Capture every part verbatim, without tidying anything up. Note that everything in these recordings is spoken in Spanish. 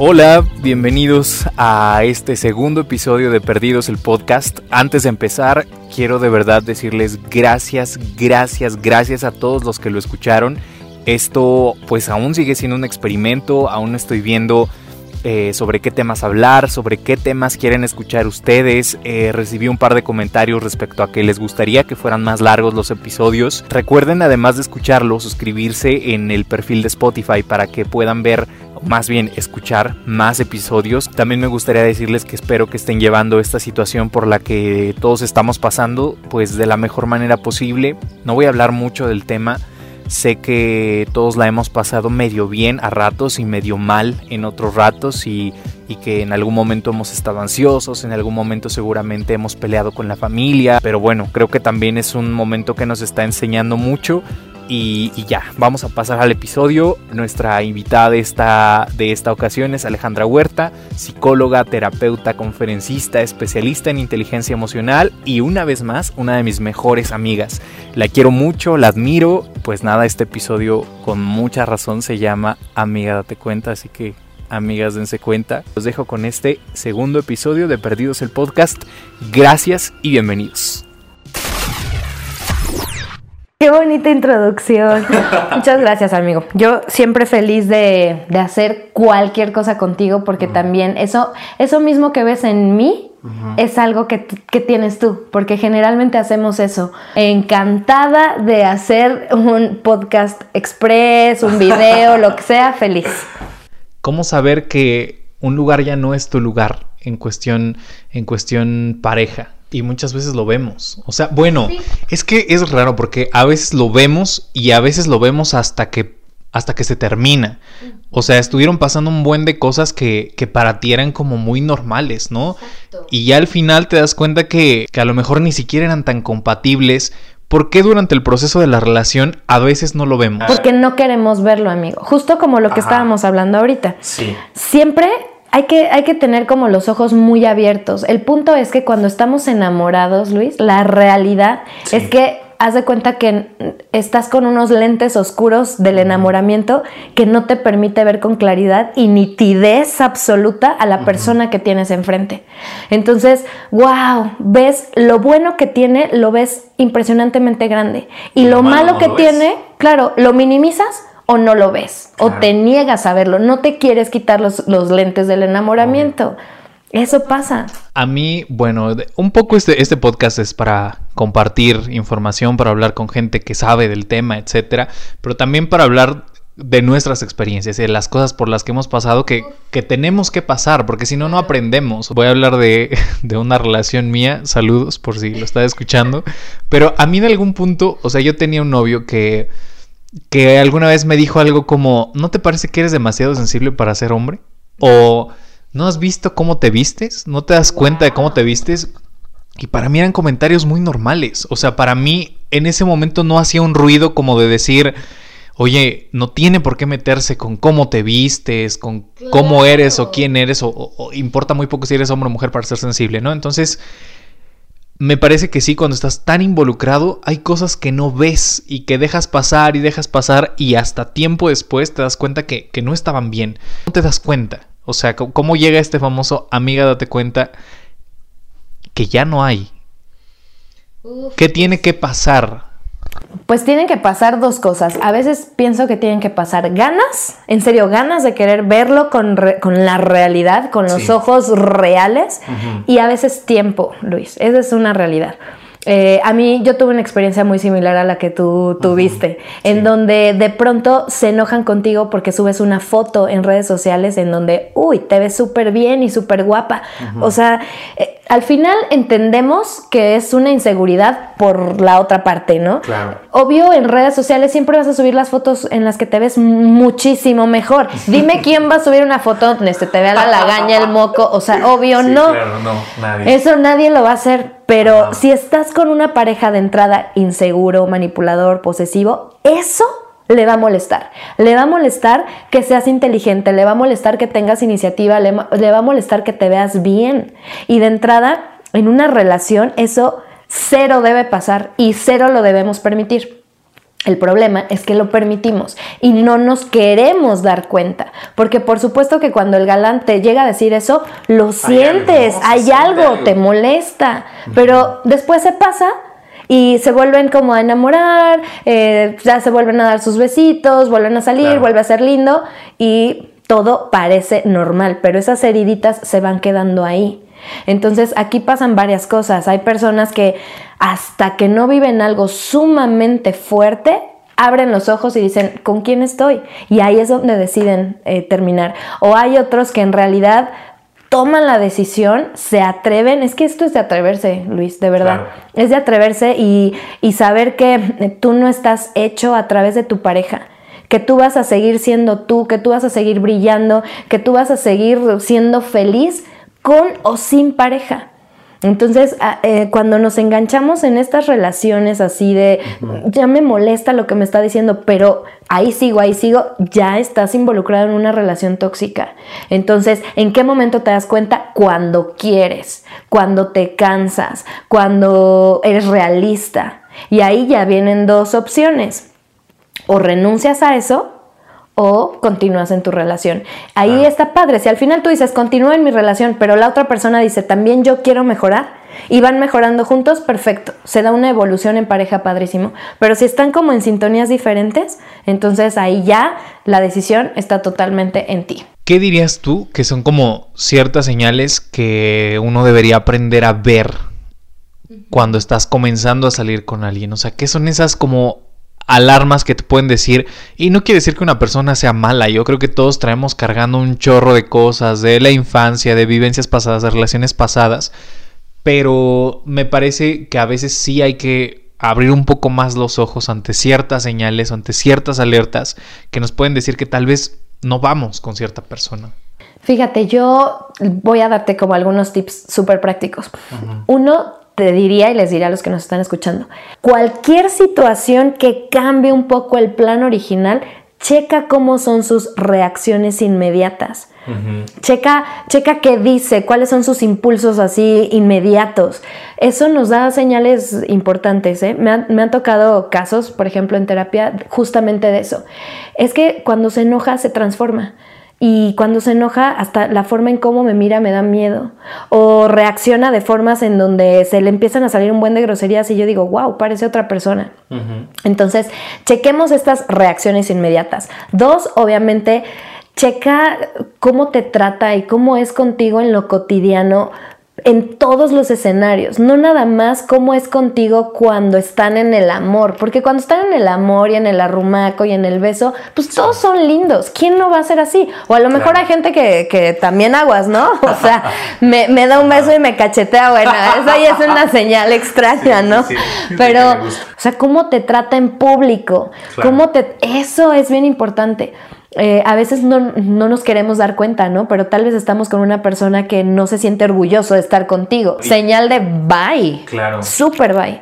Hola, bienvenidos a este segundo episodio de Perdidos el Podcast. Antes de empezar, quiero de verdad decirles gracias, gracias, gracias a todos los que lo escucharon. Esto pues aún sigue siendo un experimento, aún estoy viendo eh, sobre qué temas hablar, sobre qué temas quieren escuchar ustedes. Eh, recibí un par de comentarios respecto a que les gustaría que fueran más largos los episodios. Recuerden, además de escucharlo, suscribirse en el perfil de Spotify para que puedan ver, más bien escuchar más episodios. También me gustaría decirles que espero que estén llevando esta situación por la que todos estamos pasando pues de la mejor manera posible. No voy a hablar mucho del tema. Sé que todos la hemos pasado medio bien a ratos y medio mal en otros ratos y, y que en algún momento hemos estado ansiosos, en algún momento seguramente hemos peleado con la familia, pero bueno, creo que también es un momento que nos está enseñando mucho. Y, y ya, vamos a pasar al episodio. Nuestra invitada de esta, de esta ocasión es Alejandra Huerta, psicóloga, terapeuta, conferencista, especialista en inteligencia emocional y una vez más, una de mis mejores amigas. La quiero mucho, la admiro. Pues nada, este episodio con mucha razón se llama Amiga Date Cuenta, así que amigas, dense cuenta. Los dejo con este segundo episodio de Perdidos el Podcast. Gracias y bienvenidos. Qué bonita introducción. Muchas gracias, amigo. Yo siempre feliz de, de hacer cualquier cosa contigo porque uh-huh. también eso, eso mismo que ves en mí uh-huh. es algo que, que tienes tú, porque generalmente hacemos eso. Encantada de hacer un podcast express, un video, lo que sea, feliz. ¿Cómo saber que un lugar ya no es tu lugar en cuestión, en cuestión pareja? Y muchas veces lo vemos. O sea, bueno, sí. es que es raro porque a veces lo vemos y a veces lo vemos hasta que, hasta que se termina. O sea, estuvieron pasando un buen de cosas que, que para ti eran como muy normales, ¿no? Exacto. Y ya al final te das cuenta que, que a lo mejor ni siquiera eran tan compatibles. ¿Por qué durante el proceso de la relación a veces no lo vemos? Porque no queremos verlo, amigo. Justo como lo que Ajá. estábamos hablando ahorita. Sí. Siempre... Hay que, hay que tener como los ojos muy abiertos. El punto es que cuando estamos enamorados, Luis, la realidad sí. es que haz de cuenta que estás con unos lentes oscuros del enamoramiento que no te permite ver con claridad y nitidez absoluta a la persona que tienes enfrente. Entonces, wow, ves lo bueno que tiene, lo ves impresionantemente grande. Y lo, lo malo, malo que no tiene, ves. Claro, lo minimizas o no lo ves, claro. o te niegas a verlo, no te quieres quitar los, los lentes del enamoramiento. Eso pasa. A mí, bueno, un poco este, este podcast es para compartir información, para hablar con gente que sabe del tema, etcétera, pero también para hablar de nuestras experiencias, de las cosas por las que hemos pasado que, que tenemos que pasar, porque si no, no aprendemos. Voy a hablar de, de una relación mía, saludos por si lo estás escuchando, pero a mí en algún punto, o sea, yo tenía un novio que... que alguna vez me dijo algo como, ¿no te parece que eres demasiado sensible para ser hombre? O, ¿no has visto cómo te vistes? ¿No te das cuenta de cómo te vistes? Y para mí eran comentarios muy normales. O sea, para mí en ese momento no hacía un ruido como de decir, oye, no tiene por qué meterse con cómo te vistes, con claro. cómo eres o quién eres, o, o, o importa muy poco si eres hombre o mujer para ser sensible, ¿no? Entonces... me parece que sí, cuando estás tan involucrado hay cosas que no ves y que dejas pasar y dejas pasar y hasta tiempo después te das cuenta que, que no estaban bien. No te das cuenta. O sea, ¿cómo llega este famoso amiga date cuenta que ya no hay? Uf. ¿Qué tiene que pasar? Pues tienen que pasar dos cosas. A veces pienso que tienen que pasar ganas, en serio, ganas de querer verlo con, re, con la realidad, con los sí. ojos reales, uh-huh. y a veces tiempo, Luis. Esa es una realidad. Eh, a mí, yo tuve una experiencia muy similar a la que tú tuviste, uh-huh. en sí. donde de pronto se enojan contigo porque subes una foto en redes sociales en donde, uy, te ves súper bien y súper guapa. Uh-huh. O sea, eh, al final entendemos que es una inseguridad por la otra parte, ¿no? Claro. Obvio, en redes sociales siempre vas a subir las fotos en las que te ves muchísimo mejor. Dime quién va a subir una foto donde se te vea la lagaña, el moco, o sea, obvio sí, no. Claro, no, nadie. Eso nadie lo va a hacer. Pero no. si estás con una pareja de entrada inseguro, manipulador, posesivo, eso le va a molestar. Le va a molestar que seas inteligente, le va a molestar que tengas iniciativa, le, le va a molestar que te veas bien. Y de entrada, en una relación, eso cero debe pasar y cero lo debemos permitir. El problema es que lo permitimos y no nos queremos dar cuenta, porque por supuesto que cuando el galán te llega a decir eso, lo sientes, hay algo, hay algo te molesta, uh-huh. pero después se pasa y se vuelven como a enamorar, eh, ya se vuelven a dar sus besitos, vuelven a salir, claro. vuelve a ser lindo y todo parece normal, pero esas heriditas se van quedando ahí. Entonces aquí pasan varias cosas. Hay personas que hasta que no viven algo sumamente fuerte, abren los ojos y dicen, ¿con quién estoy? Y ahí es donde deciden eh, terminar. O hay otros que en realidad toman la decisión, se atreven. Es que esto es de atreverse, Luis, de verdad. Claro. Es de atreverse y, y saber que tú no estás hecho a través de tu pareja. Que tú vas a seguir siendo tú, que tú vas a seguir brillando, que tú vas a seguir siendo feliz con o sin pareja. Entonces, eh, cuando nos enganchamos en estas relaciones así de, uh-huh. ya me molesta lo que me está diciendo, pero ahí sigo, ahí sigo, ya estás involucrado en una relación tóxica. Entonces, ¿en qué momento te das cuenta? Cuando quieres, cuando te cansas, cuando eres realista. Y ahí ya vienen dos opciones. O renuncias a eso, o continúas en tu relación. Ahí ah. está padre. Si al final tú dices, continúo en mi relación, pero la otra persona dice, también yo quiero mejorar, y van mejorando juntos, perfecto. Se da una evolución en pareja padrísimo. Pero si están como en sintonías diferentes, entonces ahí ya la decisión está totalmente en ti. ¿Qué dirías tú que son como ciertas señales que uno debería aprender a ver cuando estás comenzando a salir con alguien? O sea, ¿qué son esas como alarmas que te pueden decir? Y no quiere decir que una persona sea mala. Yo creo que todos traemos cargando un chorro de cosas de la infancia, de vivencias pasadas, de relaciones pasadas, pero me parece que a veces sí hay que abrir un poco más los ojos ante ciertas señales, ante ciertas alertas que nos pueden decir que tal vez no vamos con cierta persona. Fíjate, yo voy a darte como algunos tips súper prácticos. Uh-huh. Uno, te diría y les diré a los que nos están escuchando, cualquier situación que cambie un poco el plan original, checa cómo son sus reacciones inmediatas. Uh-huh. Checa, checa qué dice, cuáles son sus impulsos así inmediatos. Eso nos da señales importantes, ¿eh? Me han, me han tocado casos, por ejemplo, en terapia, justamente de eso. Es que cuando se enoja, se transforma. Y cuando se enoja, hasta la forma en cómo me mira me da miedo. O reacciona de formas en donde se le empiezan a salir un buen de groserías y yo digo, wow, parece otra persona. Uh-huh. Entonces, chequemos estas reacciones inmediatas. Dos, obviamente, checa cómo te trata y cómo es contigo en lo cotidiano, en todos los escenarios, no nada más cómo es contigo cuando están en el amor, porque cuando están en el amor y en el arrumaco y en el beso, pues todos son lindos, ¿quién no va a ser así? O a lo mejor claro. hay gente que, que también aguas, ¿no? O sea, me, me da un beso y me cachetea, bueno, esa ya es una señal extraña, sí, ¿no? Sí, sí, pero, o sea, cómo te trata en público, claro. cómo te, eso es bien importante. Eh, a veces no, no nos queremos dar cuenta, ¿no? Pero tal vez estamos con una persona que no se siente orgulloso de estar contigo. Sí. Señal de bye. Claro. Súper bye.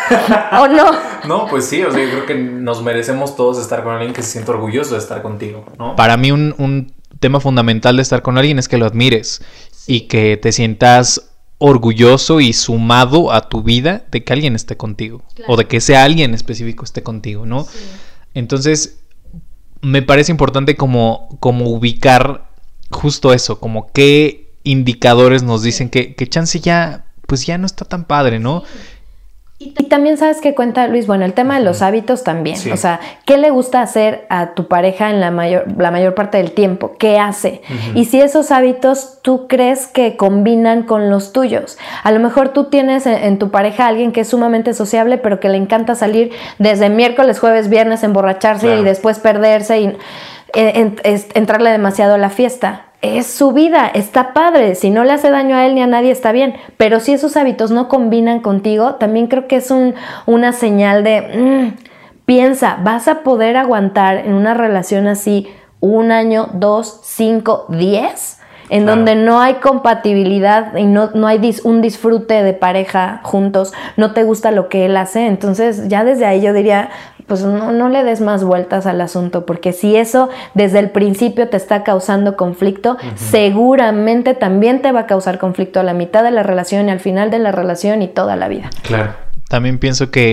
¿O no? No, pues sí, o sea, yo creo que nos merecemos todos estar con alguien que se siente orgulloso de estar contigo, ¿no? Para mí un, un tema fundamental de estar con alguien es que lo admires y que te sientas orgulloso y sumado a tu vida de que alguien esté contigo. Claro. O de que ese alguien específico esté contigo, ¿no? Sí. Entonces, me parece importante como, como ubicar justo eso, como qué indicadores nos dicen que, que chance ya, pues ya no está tan padre, ¿no? Sí. Y también sabes qué cuenta, Luis, bueno, el tema de los hábitos también, sí. O sea, ¿qué le gusta hacer a tu pareja en la mayor, la mayor parte del tiempo? ¿Qué hace? Uh-huh. Y si esos hábitos tú crees que combinan con los tuyos. A lo mejor tú tienes en, en tu pareja a alguien que es sumamente sociable, pero que le encanta salir desde miércoles, jueves, viernes, emborracharse claro. y después perderse y en, en, en, entrarle demasiado a la fiesta. Es su vida, está padre, si no le hace daño a él ni a nadie está bien, pero si esos hábitos no combinan contigo, también creo que es un, una señal de, mmm, piensa, ¿vas a poder aguantar en una relación así un año, dos, cinco, diez? En claro. donde no hay compatibilidad y no, no hay dis, un disfrute de pareja juntos, no te gusta lo que él hace, entonces ya desde ahí yo diría, pues no, no le des más vueltas al asunto, porque si eso desde el principio te está causando conflicto, uh-huh. seguramente también te va a causar conflicto a la mitad de la relación y al final de la relación y toda la vida. Claro. También pienso que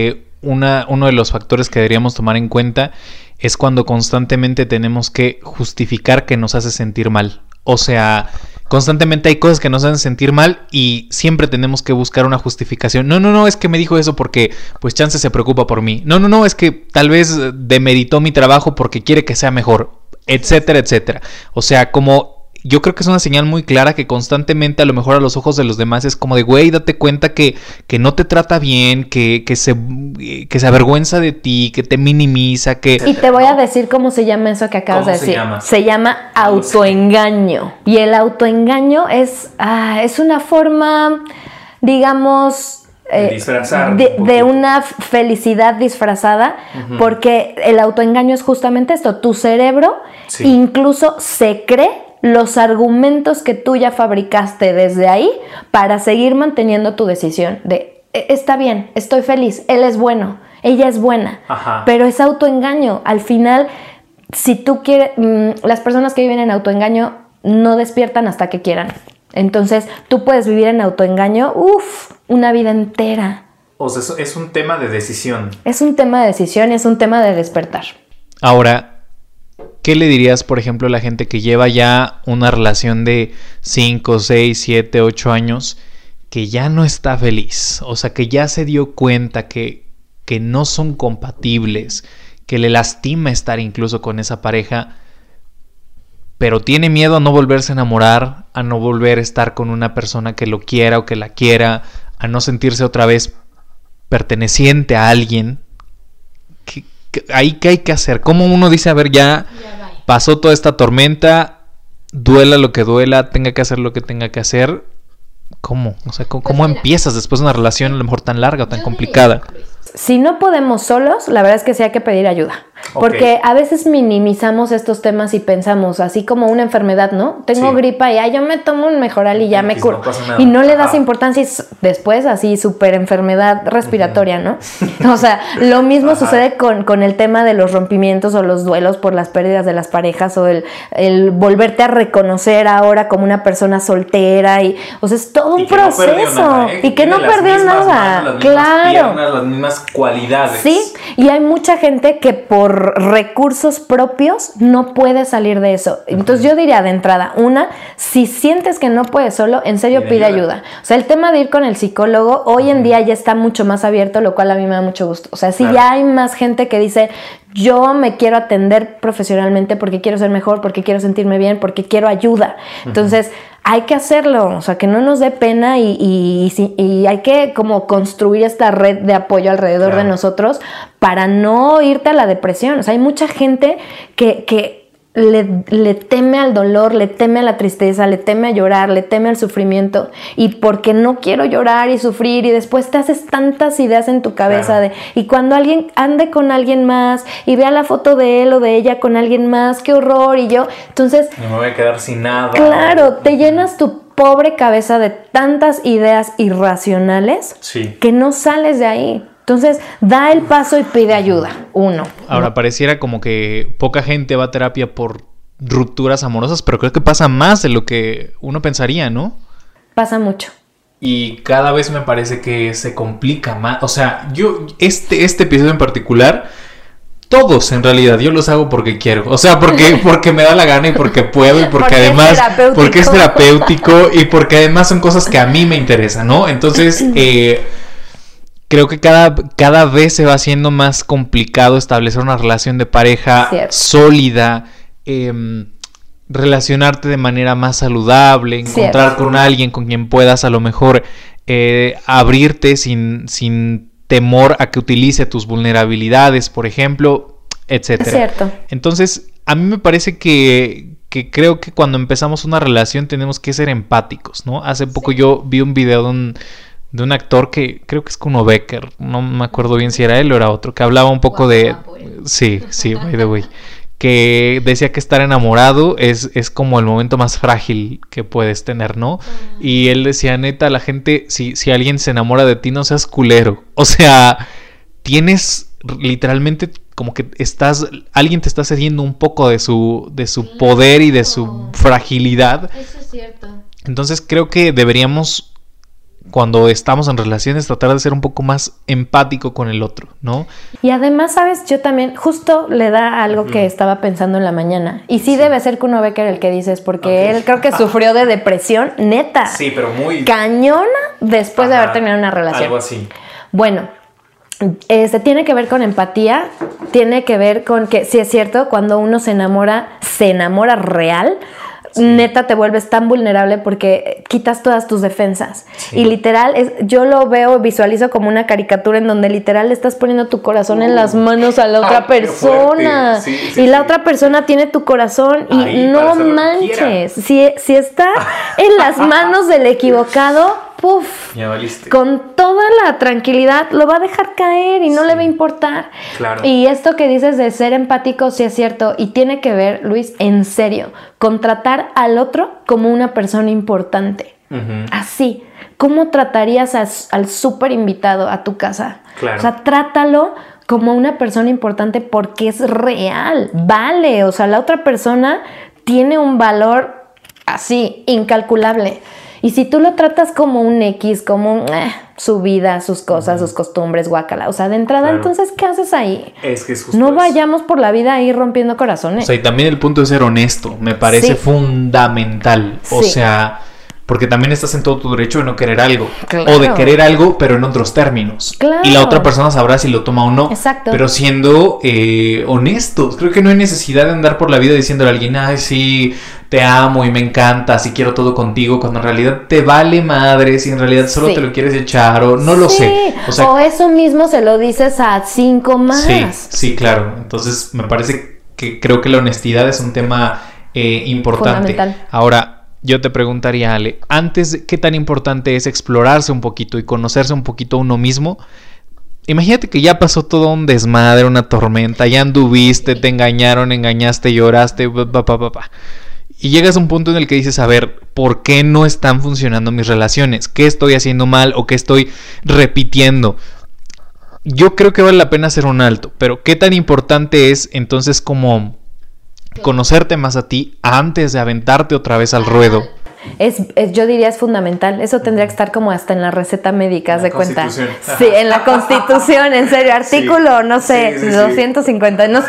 una, uno de los factores que deberíamos tomar en cuenta es cuando constantemente tenemos que justificar que nos hace sentir mal. O sea, constantemente hay cosas que nos hacen sentir mal y siempre tenemos que buscar una justificación. No, no, no, es que me dijo eso porque pues chance se preocupa por mí. No, no, no, es que tal vez demeritó mi trabajo porque quiere que sea mejor, etcétera, etcétera. O sea, como... yo creo que es una señal muy clara que constantemente a lo mejor a los ojos de los demás es como de, güey, date cuenta que, que no te trata bien, que, que, se, que se avergüenza de ti, que te minimiza, que... Y te voy a decir cómo se llama eso que acabas de decir. Se llama, se llama autoengaño. Y el autoengaño es, ah, es una forma, digamos... De, disfrazar de, de una felicidad disfrazada, uh-huh. porque el autoengaño es justamente esto, tu cerebro sí. incluso se cree los argumentos que tú ya fabricaste desde ahí para seguir manteniendo tu decisión de está bien, estoy feliz, él es bueno, ella es buena, ajá. pero es autoengaño. Al final, si tú quieres, mmm, las personas que viven en autoengaño no despiertan hasta que quieran. Entonces, tú puedes vivir en autoengaño, uff, una vida entera. O sea, es un tema de decisión. Es un tema de decisión, es un tema de despertar. Ahora, ¿qué le dirías, por ejemplo, a la gente que lleva ya una relación de cinco, seis, siete, ocho años, que ya no está feliz? O sea, que ya se dio cuenta que, que no son compatibles, que le lastima estar incluso con esa pareja, pero tiene miedo a no volverse a enamorar, a no volver a estar con una persona que lo quiera o que la quiera, a no sentirse otra vez perteneciente a alguien. ¿Qué, qué, ahí qué hay que hacer? ¿Cómo uno dice, a ver, ya, ya pasó toda esta tormenta, duela lo que duela, tenga que hacer lo que tenga que hacer? ¿Cómo? O sea, ¿cómo, pues cómo empiezas después de una relación a lo mejor tan larga o tan complicada? Si no podemos solos, la verdad es que sí hay que pedir ayuda. Okay. Porque a veces minimizamos estos temas y pensamos así como una enfermedad, ¿no? Tengo sí. gripa y ah, yo me tomo un Mejoral y ya me curo. No y no le das Ajá. importancia y después así súper enfermedad respiratoria, uh-huh. ¿no? O sea, lo mismo Ajá. sucede con, con el tema de los rompimientos o los duelos por las pérdidas de las parejas o el, el volverte a reconocer ahora como una persona soltera. Y, o sea, es todo un proceso. No nada, ¿eh? Y que no perdió nada. Manos, las claro. Piernas, las mismas cualidades. Sí, y hay mucha gente que por recursos propios no puede salir de eso. Entonces yo diría de entrada, una, si sientes que no puedes solo, en serio pide, pide ayuda. ayuda. O sea, el tema de ir con el psicólogo hoy en día ya está mucho más abierto, lo cual a mí me da mucho gusto. O sea, si claro. ya hay más gente que dice, yo me quiero atender profesionalmente porque quiero ser mejor, porque quiero sentirme bien, porque quiero ayuda. Entonces, uh-huh. hay que hacerlo, o sea, que no nos dé pena y, y, y, y hay que como construir esta red de apoyo alrededor claro. de nosotros para no irte a la depresión. O sea, hay mucha gente que... que Le, le teme al dolor, le teme a la tristeza, le teme a llorar, le teme al sufrimiento, y porque no quiero llorar y sufrir, y después te haces tantas ideas en tu cabeza claro. de, y cuando alguien ande con alguien más y vea la foto de él o de ella con alguien más, qué horror, y yo, entonces me voy a quedar sin nada. Claro, te llenas tu pobre cabeza de tantas ideas irracionales sí. que no sales de ahí. Entonces, da el paso y pide ayuda, uno. Ahora, pareciera como que poca gente va a terapia por rupturas amorosas, pero creo que pasa más de lo que uno pensaría, ¿no? Pasa mucho. Y cada vez me parece que se complica más. O sea, yo, este, este episodio en particular, todos en realidad, yo los hago porque quiero. O sea, porque, porque me da la gana y porque puedo y porque, porque además, es porque es terapéutico y porque además son cosas que a mí me interesan, ¿no? Entonces, eh... creo que cada, cada vez se va haciendo más complicado establecer una relación de pareja Cierto. sólida, eh, relacionarte de manera más saludable, encontrar Cierto. con alguien con quien puedas a lo mejor eh, abrirte sin, sin temor a que utilice tus vulnerabilidades, por ejemplo, etcétera. Cierto. Entonces, a mí me parece que, que creo que cuando empezamos una relación tenemos que ser empáticos, ¿no? Hace poco sí. yo vi un video de un... de un actor que creo que es Kuno Becker, no me acuerdo bien si era él o era otro, que hablaba un poco wow, de... Guapo, ¿eh? Sí, sí, by the way. Que decía que estar enamorado es, es como el momento más frágil que puedes tener, ¿no? Uh-huh. Y él decía, neta, la gente, si, si alguien se enamora de ti, no seas culero. O sea, tienes literalmente como que estás... alguien te está cediendo un poco de su, de su claro. poder y de su fragilidad. Eso es cierto. Entonces creo que deberíamos... cuando estamos en relaciones, tratar de ser un poco más empático con el otro, ¿no? Y además, ¿sabes? Yo también, justo le da algo uh-huh. que estaba pensando en la mañana. Y sí, sí. debe ser Kuno Becker el que dices, porque okay. él creo que sufrió de depresión, neta. Sí, pero muy... cañona después Ajá, de haber terminado una relación. Algo así. Bueno, este, tiene que ver con empatía, tiene que ver con que, sí es cierto, cuando uno se enamora, se enamora real... Sí. Neta te vuelves tan vulnerable porque quitas todas tus defensas. Sí. Y literal, es, yo lo veo, visualizo como una caricatura en donde literal le estás poniendo tu corazón uh. en las manos a la otra Ay, persona. Sí, sí, y sí. la otra persona tiene tu corazón y Ahí, no manches. Si, si está en las manos del equivocado, puf, ya valiste. Con toda la tranquilidad lo va a dejar caer y no sí. le va a importar. Claro. Y esto que dices de ser empático sí es cierto y tiene que ver, Luis, en serio, con tratar al otro como una persona importante. Uh-huh. Así, ¿cómo tratarías a, al súper invitado a tu casa? Claro. O sea, trátalo como una persona importante porque es real, vale, o sea, la otra persona tiene un valor así, incalculable. Y si tú lo tratas como un X, como un, eh, su vida, sus cosas, uh-huh. sus costumbres, guácala, o sea, de entrada, claro. entonces, ¿qué haces ahí? Es que es justo No eso. vayamos por la vida ahí rompiendo corazones. O sea, y también el punto de ser honesto me parece sí. fundamental. O sí. sea, porque también estás en todo tu derecho de no querer algo. Claro. O de querer algo, pero en otros términos. Claro. Y la otra persona sabrá si lo toma o no. Exacto. Pero siendo eh, honestos. Creo que no hay necesidad de andar por la vida diciéndole a alguien, ay, sí, te amo y me encanta, sí quiero todo contigo, cuando en realidad te vale madre, si en realidad solo sí. te lo quieres echar, o no lo sí. sé. O sea, o eso mismo se lo dices a cinco más. Sí, sí, claro. Entonces me parece que creo que la honestidad es un tema eh, importante. Fundamental. Ahora, yo te preguntaría, Ale, antes, ¿qué tan importante es explorarse un poquito y conocerse un poquito a uno mismo? Imagínate que ya pasó todo un desmadre, una tormenta, ya anduviste, te engañaron, engañaste, lloraste, pa, pa, pa, pa. Y llegas a un punto en el que dices, a ver, ¿por qué no están funcionando mis relaciones? ¿Qué estoy haciendo mal o qué estoy repitiendo? Yo creo que vale la pena hacer un alto, pero ¿qué tan importante es entonces como conocerte más a ti antes de aventarte otra vez al ruedo? Es, es, yo diría es fundamental. Eso tendría que estar como hasta en la receta médica, haz de cuenta. Sí, en la Constitución, en serio, artículo, sí. no sé, sí, sí, doscientos cincuenta, sí. no sé.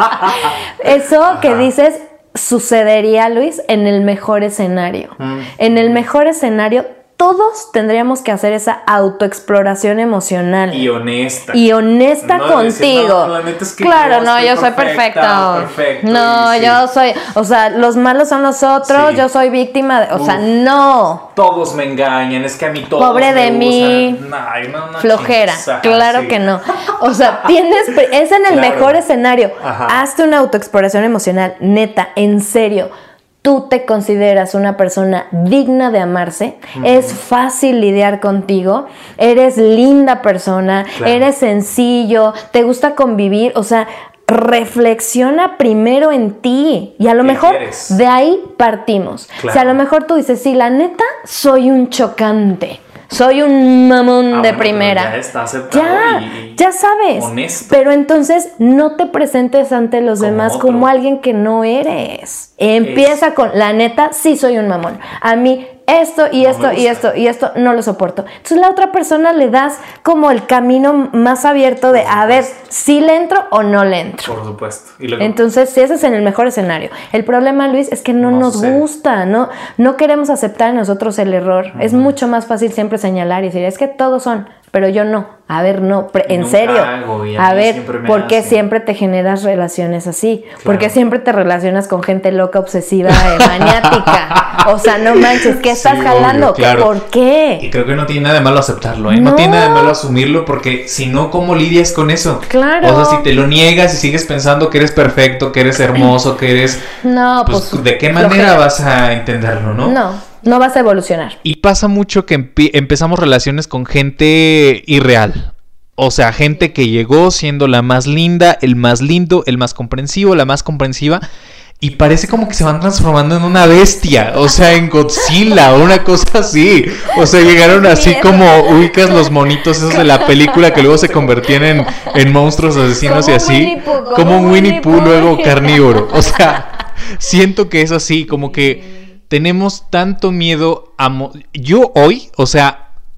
Eso Ajá. que dices sucedería, Luis, en el mejor escenario. Mm. En el mejor escenario, todos tendríamos que hacer esa autoexploración emocional. Y honesta. Y honesta no contigo. Decir, no, la neta es que claro, yo no, yo soy perfecta, perfecto. No, sí. yo soy, o sea, los malos son los otros, sí. yo soy víctima de, o Uf, sea, no. Todos me engañan, es que a mí todos Pobre de me mí. Ay, no, no, flojera. Chingaza, claro sí. que no. O sea, tienes, es en el claro. mejor escenario. Ajá. Hazte una autoexploración emocional, neta, en serio. Tú te consideras una persona digna de amarse, uh-huh. es fácil lidiar contigo, eres linda persona, claro. eres sencillo, te gusta convivir, o sea, reflexiona primero en ti y a lo mejor quieres? De ahí partimos. Claro. Si a lo mejor tú dices, sí, la neta, soy un chocante. Soy un mamón ah, de bueno, primera. Ya está aceptado. Ya, y ya sabes. Honesto. Pero entonces no te presentes ante los como demás otro. Como alguien que no eres. Empieza es. Con, la neta, sí soy un mamón. A mí esto y no esto y esto y esto no lo soporto. Entonces la otra persona le das como el camino más abierto de a ver si le entro o no le entro. Por supuesto. Y luego, entonces sí, ese es en el mejor escenario. El problema, Luis, es que no, no nos sucede. gusta, no, no queremos aceptar en nosotros el error. Uh-huh. Es mucho más fácil siempre señalar y decir, es que todos son, pero yo no. A ver, no, pre- en Nunca serio. Hago, a a ver, ¿por qué hace. siempre te generas relaciones así? Claro. ¿Por qué siempre te relacionas con gente loca, obsesiva, maniática? O sea, no manches, ¿qué estás sí, jalando? Obvio, claro. ¿Por qué? Y creo que no tiene nada de malo aceptarlo, ¿eh? No. no tiene nada de malo asumirlo, porque si no, ¿cómo lidias con eso? Claro. O sea, si te lo niegas y sigues pensando que eres perfecto, que eres hermoso, que eres... No, pues, pues ¿de qué manera flojera. Vas a entenderlo, no? No. No vas a evolucionar. Y pasa mucho que empi- empezamos relaciones con gente irreal. O sea, gente que llegó siendo la más linda, el más lindo, el más comprensivo, la más comprensiva. Y parece como que se van transformando en una bestia. O sea, en Godzilla o una cosa así. O sea, llegaron así como ubicas los monitos esos de la película que luego se convertían en, en monstruos asesinos y así. Pooh, como, como un Winnie Pooh, Pooh luego carnívoro. O sea, siento que es así, como que tenemos tanto miedo a... Mo- Yo hoy, o sea,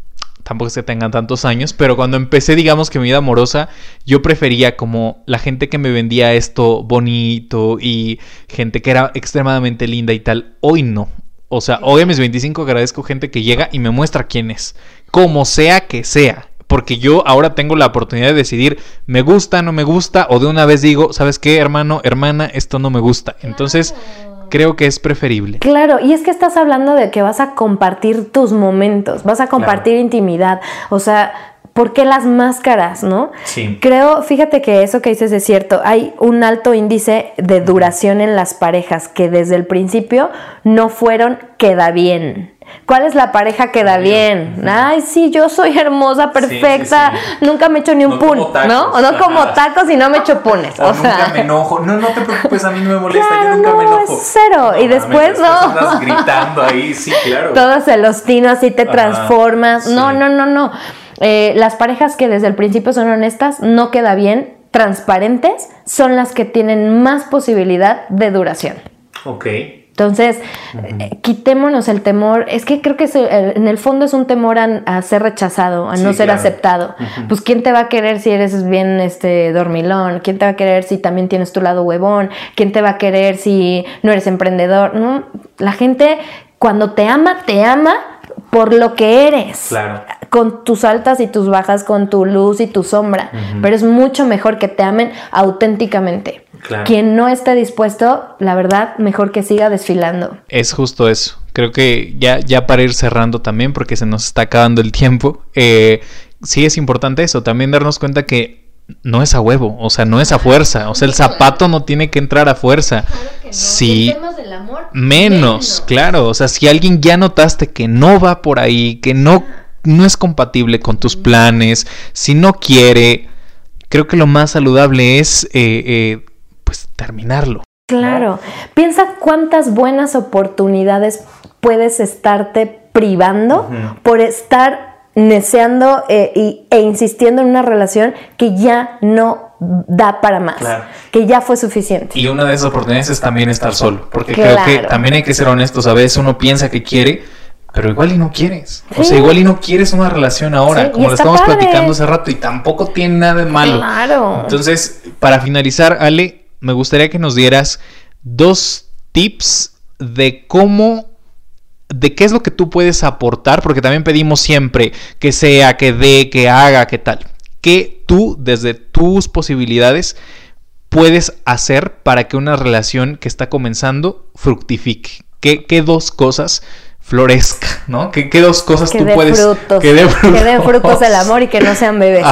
tampoco es que tengan tantos años, pero cuando empecé, digamos que mi vida amorosa, yo prefería como la gente que me vendía esto bonito y gente que era extremadamente linda y tal. Hoy no. O sea, hoy a mis veinticinco agradezco gente que llega y me muestra quién es, como sea que sea. Porque yo ahora tengo la oportunidad de decidir, me gusta, no me gusta, o de una vez digo, ¿sabes qué, hermano, hermana? Esto no me gusta. Entonces, creo que es preferible. Claro, y es que estás hablando de que vas a compartir tus momentos, vas a compartir claro. intimidad, o sea... ¿Por qué las máscaras, no? Sí. Creo, fíjate que eso que dices es cierto. Hay un alto índice de duración en las parejas que desde el principio no fueron queda bien. ¿Cuál es la pareja que da bien? Ay, sí, yo soy hermosa, perfecta, sí, sí, sí. Nunca me echo ni un no pun, tacos, ¿no? O no como tacos y no me echo punes. O, o sea, nunca me enojo. No, no te preocupes, a mí no me molesta, claro, yo nunca no, me enojo. Es cero. No, y después no. Estás gritando ahí, sí, claro. Todo celostino, así te Ajá, transformas. Sí. No, no, no, no. Eh, las parejas que desde el principio son honestas, no queda bien, transparentes, son las que tienen más posibilidad de duración. Ok. Entonces, uh-huh. eh, quitémonos el temor. Es que creo que es, eh, en el fondo es un temor a, a ser rechazado, a sí, no ser claro. aceptado. Uh-huh. Pues ¿quién te va a querer si eres bien este dormilón? ¿Quién te va a querer si también tienes tu lado huevón? ¿Quién te va a querer si no eres emprendedor? ¿No? La gente cuando te ama, te ama por lo que eres. Claro. Con tus altas y tus bajas, con tu luz y tu sombra. Uh-huh. Pero es mucho mejor que te amen auténticamente. Claro. Quien no esté dispuesto, la verdad, mejor que siga desfilando. Es justo eso. Creo que ya, ya para ir cerrando también, porque se nos está acabando el tiempo, eh, sí es importante eso, también darnos cuenta que no es a huevo, o sea, no es a fuerza, o sea, el zapato no tiene que entrar a fuerza. Claro que no. Si en temas del amor, menos, menos, claro, o sea, si alguien ya notaste que no va por ahí, que no, no es compatible con tus planes, si no quiere, creo que lo más saludable es eh, eh, pues terminarlo. Claro, ¿no? Piensa cuántas buenas oportunidades puedes estarte privando uh-huh. por estar neceando eh, y, e insistiendo en una relación que ya no da para más, claro. que ya fue suficiente. Y una de esas oportunidades es también estar solo, porque claro. creo que también hay que ser honestos, a veces uno piensa que quiere, pero igual y no quieres, sí. o sea, igual y no quieres una relación ahora, sí, como lo estamos padre. platicando hace rato, y tampoco tiene nada de malo. Claro. Entonces, para finalizar, Ale, me gustaría que nos dieras dos tips de cómo, de qué es lo que tú puedes aportar, porque también pedimos siempre que sea, que dé, que haga, que tal. ¿Qué tú, desde tus posibilidades, puedes hacer para que una relación que está comenzando fructifique? ¿Qué, qué dos cosas florezca, ¿no? ¿Qué, qué dos cosas que tú dé puedes... Frutos, que dé frutos. Que dé frutos el amor y que no sean bebés.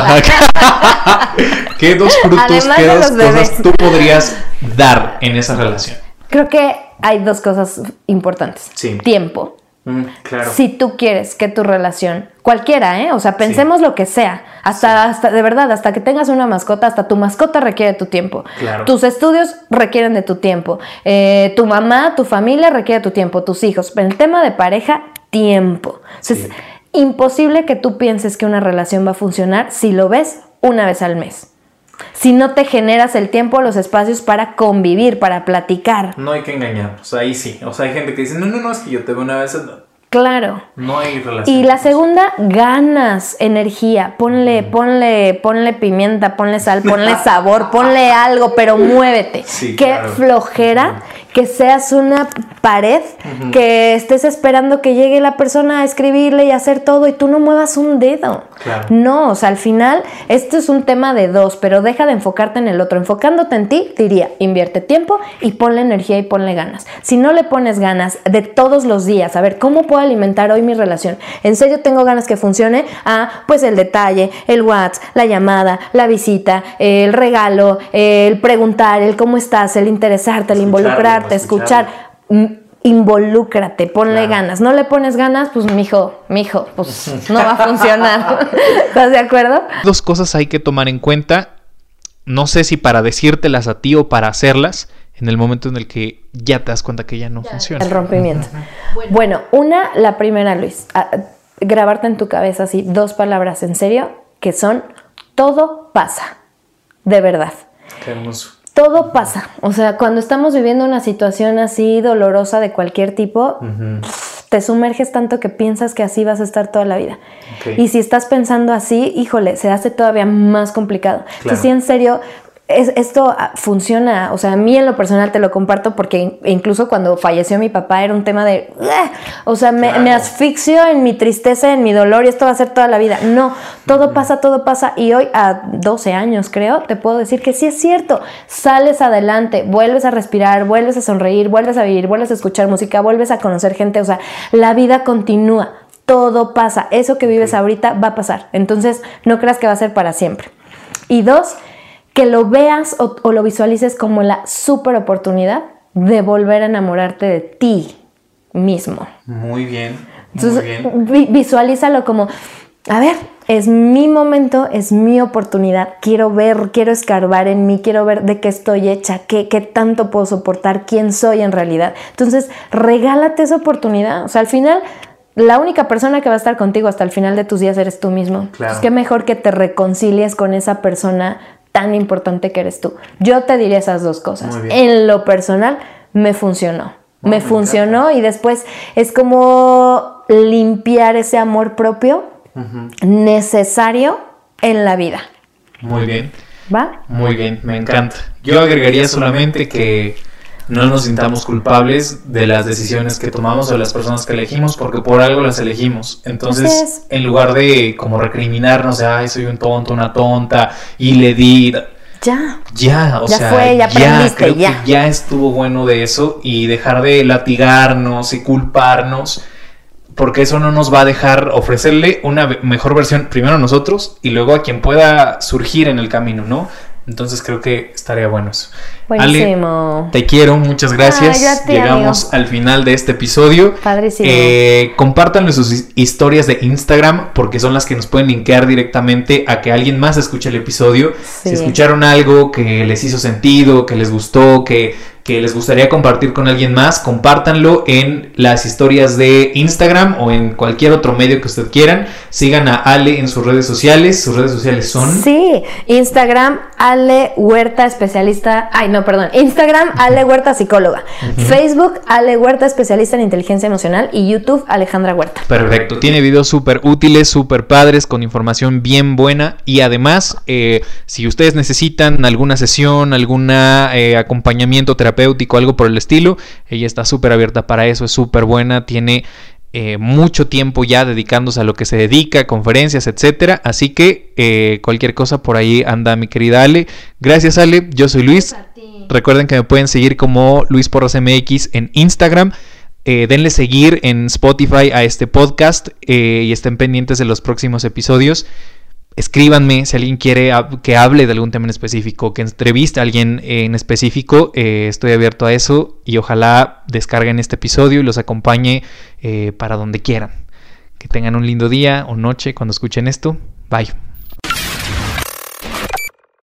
Ajá. ¿Qué dos frutos, Además qué de dos los bebés. cosas tú podrías dar en esa relación? Creo que hay dos cosas importantes. Sí. Tiempo. Mm, claro. Si tú quieres que tu relación, cualquiera, ¿eh? O sea, pensemos sí. lo que sea, hasta, sí. hasta, de verdad, hasta que tengas una mascota, hasta tu mascota requiere tu tiempo. Claro. Tus estudios requieren de tu tiempo. Eh, tu mamá, tu familia requiere tu tiempo, tus hijos. Pero el tema de pareja, tiempo. Sí. Es imposible que tú pienses que una relación va a funcionar si lo ves una vez al mes. Si no te generas el tiempo, los espacios para convivir, para platicar. No hay que engañarnos, ahí sí. O sea, hay gente que dice, no, no, no, es que yo te veo una vez. Claro. No hay relación. Y la segunda, ganas, energía. Ponle, ponle, ponle pimienta, ponle sal, ponle sabor, ponle algo, pero muévete. Sí, Qué claro. flojera uh-huh. que seas una pared, uh-huh. que estés esperando que llegue la persona a escribirle y hacer todo y tú no muevas un dedo. Claro. No, o sea, al final esto es un tema de dos, pero deja de enfocarte en el otro. Enfocándote en ti, diría, invierte tiempo y ponle energía y ponle ganas. Si no le pones ganas de todos los días, a ver, ¿cómo puedo alimentar hoy mi relación? ¿En serio tengo ganas que funcione? Ah, pues el detalle, el WhatsApp, la llamada, la visita, el regalo, el preguntar, el cómo estás, el interesarte, el involucrarte, escuchar. Involúcrate, ponle claro. ganas. No le pones ganas, pues mijo, mijo, pues no va a funcionar. ¿Estás de acuerdo? Dos cosas hay que tomar en cuenta. No sé si para decírtelas a ti o para hacerlas en el momento en el que ya te das cuenta que ya no ya, funciona. El rompimiento. Bueno. bueno, una, la primera, Luis, a, grabarte en tu cabeza así dos palabras en serio, que son todo pasa, de verdad. Qué hermoso. Todo pasa, o sea, cuando estamos viviendo una situación así dolorosa de cualquier tipo, uh-huh. te sumerges tanto que piensas que así vas a estar toda la vida. Okay. Y si estás pensando así, híjole, se hace todavía más complicado. Claro. Entonces, sí, en serio, es, esto funciona. O sea, a mí en lo personal te lo comparto porque incluso cuando falleció mi papá era un tema de... O sea, me, claro. me asfixio en mi tristeza, en mi dolor y esto va a ser toda la vida. No, todo uh-huh. pasa, todo pasa. Y hoy, a doce años creo, te puedo decir que sí es cierto. Sales adelante, vuelves a respirar, vuelves a sonreír, vuelves a vivir, vuelves a escuchar música, vuelves a conocer gente. O sea, la vida continúa. Todo pasa. Eso que vives ahorita va a pasar. Entonces, no creas que va a ser para siempre. Y dos, que lo veas o, o lo visualices como la super oportunidad de volver a enamorarte de ti mismo. Muy bien. Entonces, muy bien. Vi, visualízalo como, a ver, es mi momento, es mi oportunidad. Quiero ver, quiero escarbar en mí, quiero ver de qué estoy hecha, qué, qué tanto puedo soportar, quién soy en realidad. Entonces, regálate esa oportunidad. O sea, al final... La única persona que va a estar contigo hasta el final de tus días eres tú mismo. Claro. Pues qué mejor que te reconcilies con esa persona tan importante que eres tú. Yo te diría esas dos cosas. En lo personal, me funcionó. Oh, me, me funcionó encanta. Y después es como limpiar ese amor propio uh-huh. necesario en la vida. Muy bien. ¿Va? Muy bien, me encanta. Yo agregaría solamente que no nos sintamos culpables de las decisiones que tomamos o de las personas que elegimos, porque por algo las elegimos. Entonces, es. en lugar de como recriminarnos de, ay, soy un tonto, una tonta, y le di... Ya. Ya, o ya sea, fue, ya aprendiste, ya, creo ya. que ya estuvo bueno de eso y dejar de latigarnos y culparnos, porque eso no nos va a dejar ofrecerle una mejor versión primero a nosotros y luego a quien pueda surgir en el camino, ¿no? Entonces creo que estaría bueno eso. Buenísimo. Ale, te quiero, muchas gracias. Ay, Llegamos amigo. al final de este episodio. Padrísimo. Eh, compártanle sus historias de Instagram porque son las que nos pueden linkear directamente a que alguien más escuche el episodio. Sí. Si escucharon algo que les hizo sentido, que les gustó, que, que les gustaría compartir con alguien más, compártanlo en las historias de Instagram o en cualquier otro medio que ustedes quieran. Sigan a Ale en sus redes sociales. Sus redes sociales son... Sí, Instagram, Ale Huerta, especialista... Ay, no, perdón. Instagram, Ale Huerta, psicóloga. Uh-huh. Facebook, Ale Huerta, especialista en inteligencia emocional. Y YouTube, Alejandra Huerta. Perfecto. Tiene videos súper útiles, súper padres, con información bien buena. Y además, eh, si ustedes necesitan alguna sesión, algún eh, acompañamiento terapéutico, algo por el estilo, ella está súper abierta para eso, es súper buena, tiene... Eh, mucho tiempo ya dedicándose a lo que se dedica, conferencias, etcétera. Así que eh, cualquier cosa por ahí anda mi querida Ale. Gracias, Ale. Yo soy Luis. Recuerden que me pueden seguir como Luis Porras M X en Instagram. Eh, denle seguir en Spotify a este podcast eh, y estén pendientes de los próximos episodios. Escríbanme si alguien quiere que hable de algún tema en específico, que entreviste a alguien en específico. Eh, estoy abierto a eso y ojalá descarguen este episodio y los acompañe eh, para donde quieran. Que tengan un lindo día o noche cuando escuchen esto. Bye.